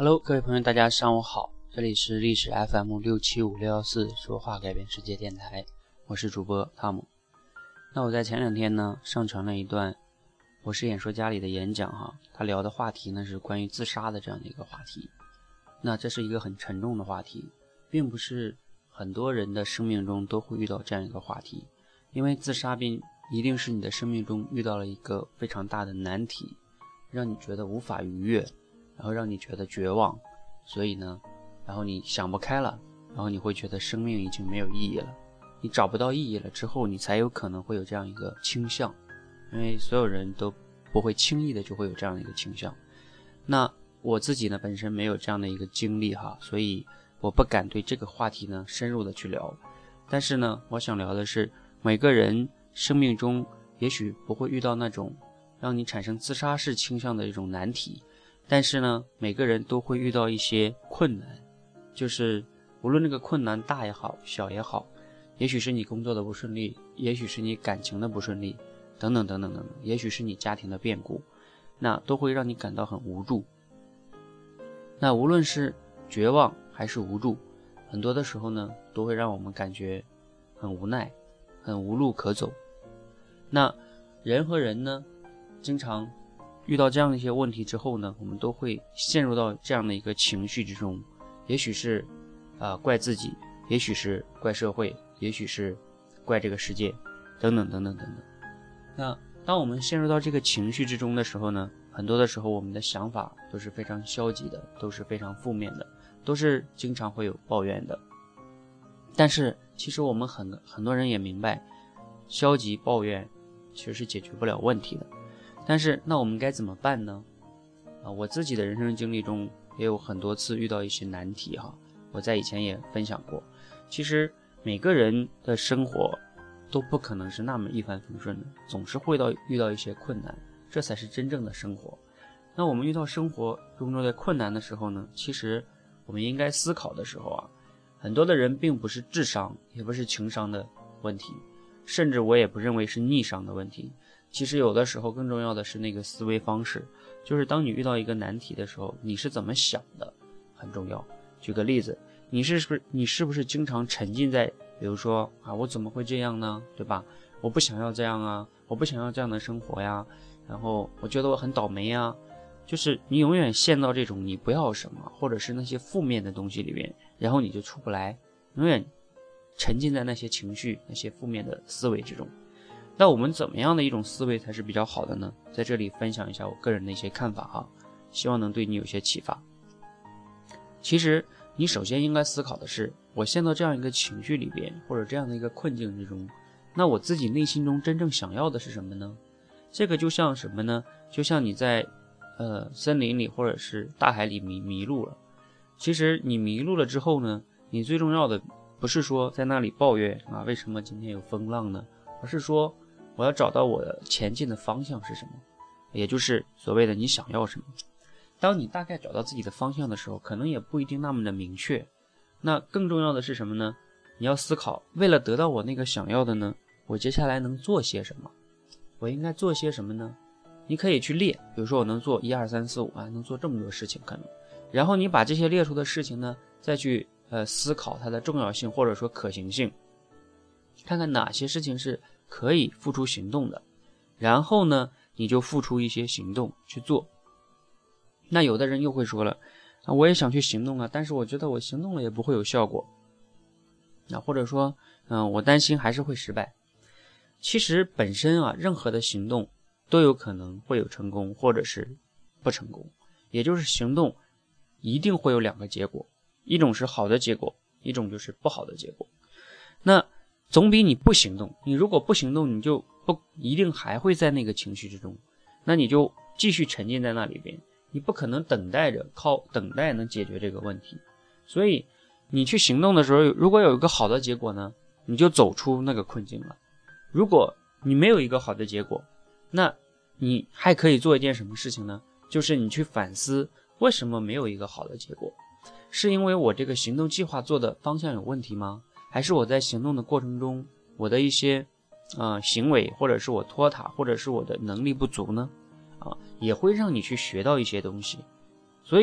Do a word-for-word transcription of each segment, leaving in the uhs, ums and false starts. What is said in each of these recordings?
Hello， 各位朋友，大家上午好，这里是历史 F M 六七五六幺四说话改变世界电台，我是主播汤姆。那我在前两天呢上传了一段我是演说家里的演讲哈，他聊的话题呢是关于自杀的这样的一个话题。那这是一个很沉重的话题，并不是很多人的生命中都会遇到这样一个话题，因为自杀并一定是你的生命中遇到了一个非常大的难题，让你觉得无法逾越，然后让你觉得绝望，所以呢然后你想不开了，然后你会觉得生命已经没有意义了，你找不到意义了之后，你才有可能会有这样一个倾向，因为所有人都不会轻易的就会有这样的一个倾向。那我自己呢本身没有这样的一个经历哈，所以我不敢对这个话题呢深入的去聊。但是呢我想聊的是，每个人生命中也许不会遇到那种让你产生自杀式倾向的一种难题，但是呢每个人都会遇到一些困难，就是无论这个困难大也好小也好，也许是你工作的不顺利，也许是你感情的不顺利，等等等等等等，也许是你家庭的变故，那都会让你感到很无助。那无论是绝望还是无助，很多的时候呢都会让我们感觉很无奈，很无路可走。那人和人呢经常遇到这样的一些问题之后呢，我们都会陷入到这样的一个情绪之中，也许是呃怪自己，也许是怪社会，也许是怪这个世界，等等等等等等。那当我们陷入到这个情绪之中的时候呢，很多的时候我们的想法都是非常消极的，都是非常负面的，都是经常会有抱怨的。但是其实我们很很多人也明白，消极抱怨其实是解决不了问题的。但是那我们该怎么办呢？啊，我自己的人生经历中也有很多次遇到一些难题哈，我在以前也分享过。其实每个人的生活都不可能是那么一帆风顺的，总是会到遇到一些困难，这才是真正的生活。那我们遇到生活中的困难的时候呢，其实我们应该思考的时候啊，很多的人并不是智商也不是情商的问题，甚至我也不认为是逆商的问题。其实有的时候更重要的是那个思维方式，就是当你遇到一个难题的时候，你是怎么想的很重要。举个例子，你是不是你是不是经常沉浸在比如说啊我怎么会这样呢，对吧？我不想要这样啊，我不想要这样的生活呀，然后我觉得我很倒霉呀，就是你永远陷到这种你不要什么或者是那些负面的东西里面，然后你就出不来，永远沉浸在那些情绪那些负面的思维之中。那我们怎么样的一种思维才是比较好的呢？在这里分享一下我个人的一些看法哈，希望能对你有些启发。其实你首先应该思考的是，我陷到这样一个情绪里边，或者这样的一个困境之中，那我自己内心中真正想要的是什么呢？这个就像什么呢？就像你在呃森林里或者是大海里迷迷路了。其实你迷路了之后呢，你最重要的不是说在那里抱怨啊为什么今天有风浪呢，而是说我要找到我的前进的方向是什么，也就是所谓的你想要什么。当你大概找到自己的方向的时候，可能也不一定那么的明确。那更重要的是什么呢？你要思考，为了得到我那个想要的呢，我接下来能做些什么？我应该做些什么呢？你可以去列，比如说我能做一二三四五啊，能做这么多事情可能。然后你把这些列出的事情呢，再去呃思考它的重要性或者说可行性，看看哪些事情是可以付出行动的，然后呢你就付出一些行动去做。那有的人又会说了啊，我也想去行动啊，但是我觉得我行动了也不会有效果，那或者说嗯，我担心还是会失败。其实本身啊，任何的行动都有可能会有成功或者是不成功，也就是行动一定会有两个结果，一种是好的结果，一种就是不好的结果。那总比你不行动，你如果不行动，你就不一定还会在那个情绪之中，那你就继续沉浸在那里边，你不可能等待着靠等待能解决这个问题。所以你去行动的时候，如果有一个好的结果呢，你就走出那个困境了。如果你没有一个好的结果，那你还可以做一件什么事情呢？就是你去反思，为什么没有一个好的结果？是因为我这个行动计划做的方向有问题吗？还是我在行动的过程中，我的一些呃行为，或者是我拖沓，或者是我的能力不足呢？啊，也会让你去学到一些东西。所以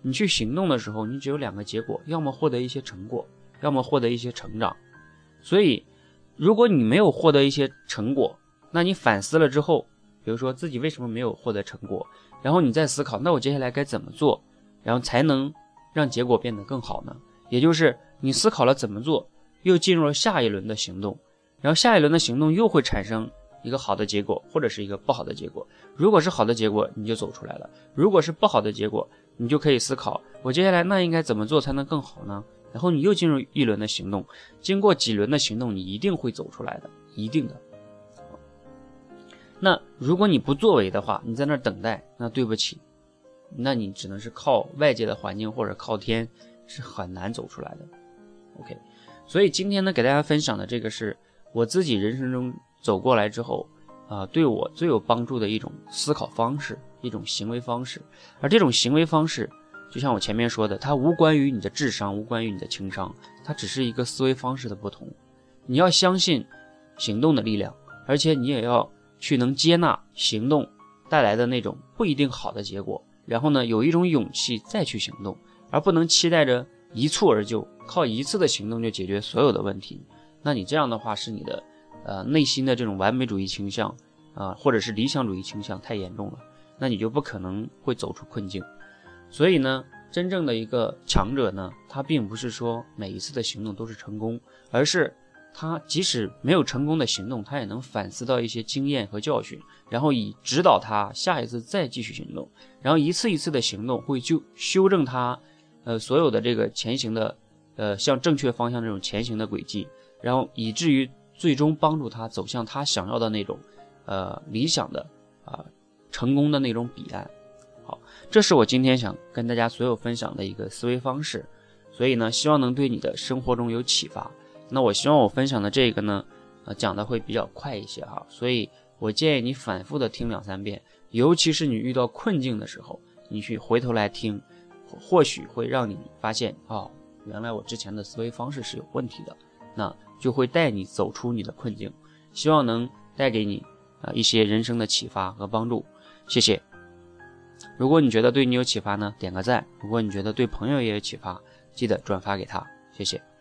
你去行动的时候，你只有两个结果，要么获得一些成果，要么获得一些成长。所以如果你没有获得一些成果，那你反思了之后，比如说自己为什么没有获得成果，然后你再思考，那我接下来该怎么做，然后才能让结果变得更好呢？也就是你思考了怎么做，又进入了下一轮的行动，然后下一轮的行动又会产生一个好的结果，或者是一个不好的结果。如果是好的结果，你就走出来了；如果是不好的结果，你就可以思考，我接下来那应该怎么做才能更好呢？然后你又进入一轮的行动，经过几轮的行动，你一定会走出来的，一定的。那如果你不作为的话，你在那儿等待，那对不起，那你只能是靠外界的环境或者靠天，是很难走出来的。 OK， 所以今天呢，给大家分享的这个是我自己人生中走过来之后啊、呃，对我最有帮助的一种思考方式，一种行为方式。而这种行为方式就像我前面说的，它无关于你的智商，无关于你的情商，它只是一个思维方式的不同。你要相信行动的力量，而且你也要去能接纳行动带来的那种不一定好的结果，然后呢，有一种勇气再去行动，而不能期待着一蹴而就，靠一次的行动就解决所有的问题。那你这样的话，是你的呃内心的这种完美主义倾向啊、呃，或者是理想主义倾向太严重了，那你就不可能会走出困境。所以呢，真正的一个强者呢，他并不是说每一次的行动都是成功，而是他即使没有成功的行动，他也能反思到一些经验和教训，然后以指导他下一次再继续行动，然后一次一次的行动会就修正他呃所有的这个前行的呃向正确方向这种前行的轨迹，然后以至于最终帮助他走向他想要的那种呃理想的啊、呃、成功的那种彼岸。好，这是我今天想跟大家所有分享的一个思维方式，所以呢，希望能对你的生活中有启发。那我希望我分享的这个呢，呃，讲的会比较快一些哈，所以我建议你反复的听两三遍，尤其是你遇到困境的时候，你去回头来听，或许会让你发现，哦，原来我之前的思维方式是有问题的，那就会带你走出你的困境，希望能带给你啊、呃、一些人生的启发和帮助。谢谢。如果你觉得对你有启发呢，点个赞；如果你觉得对朋友也有启发，记得转发给他，谢谢。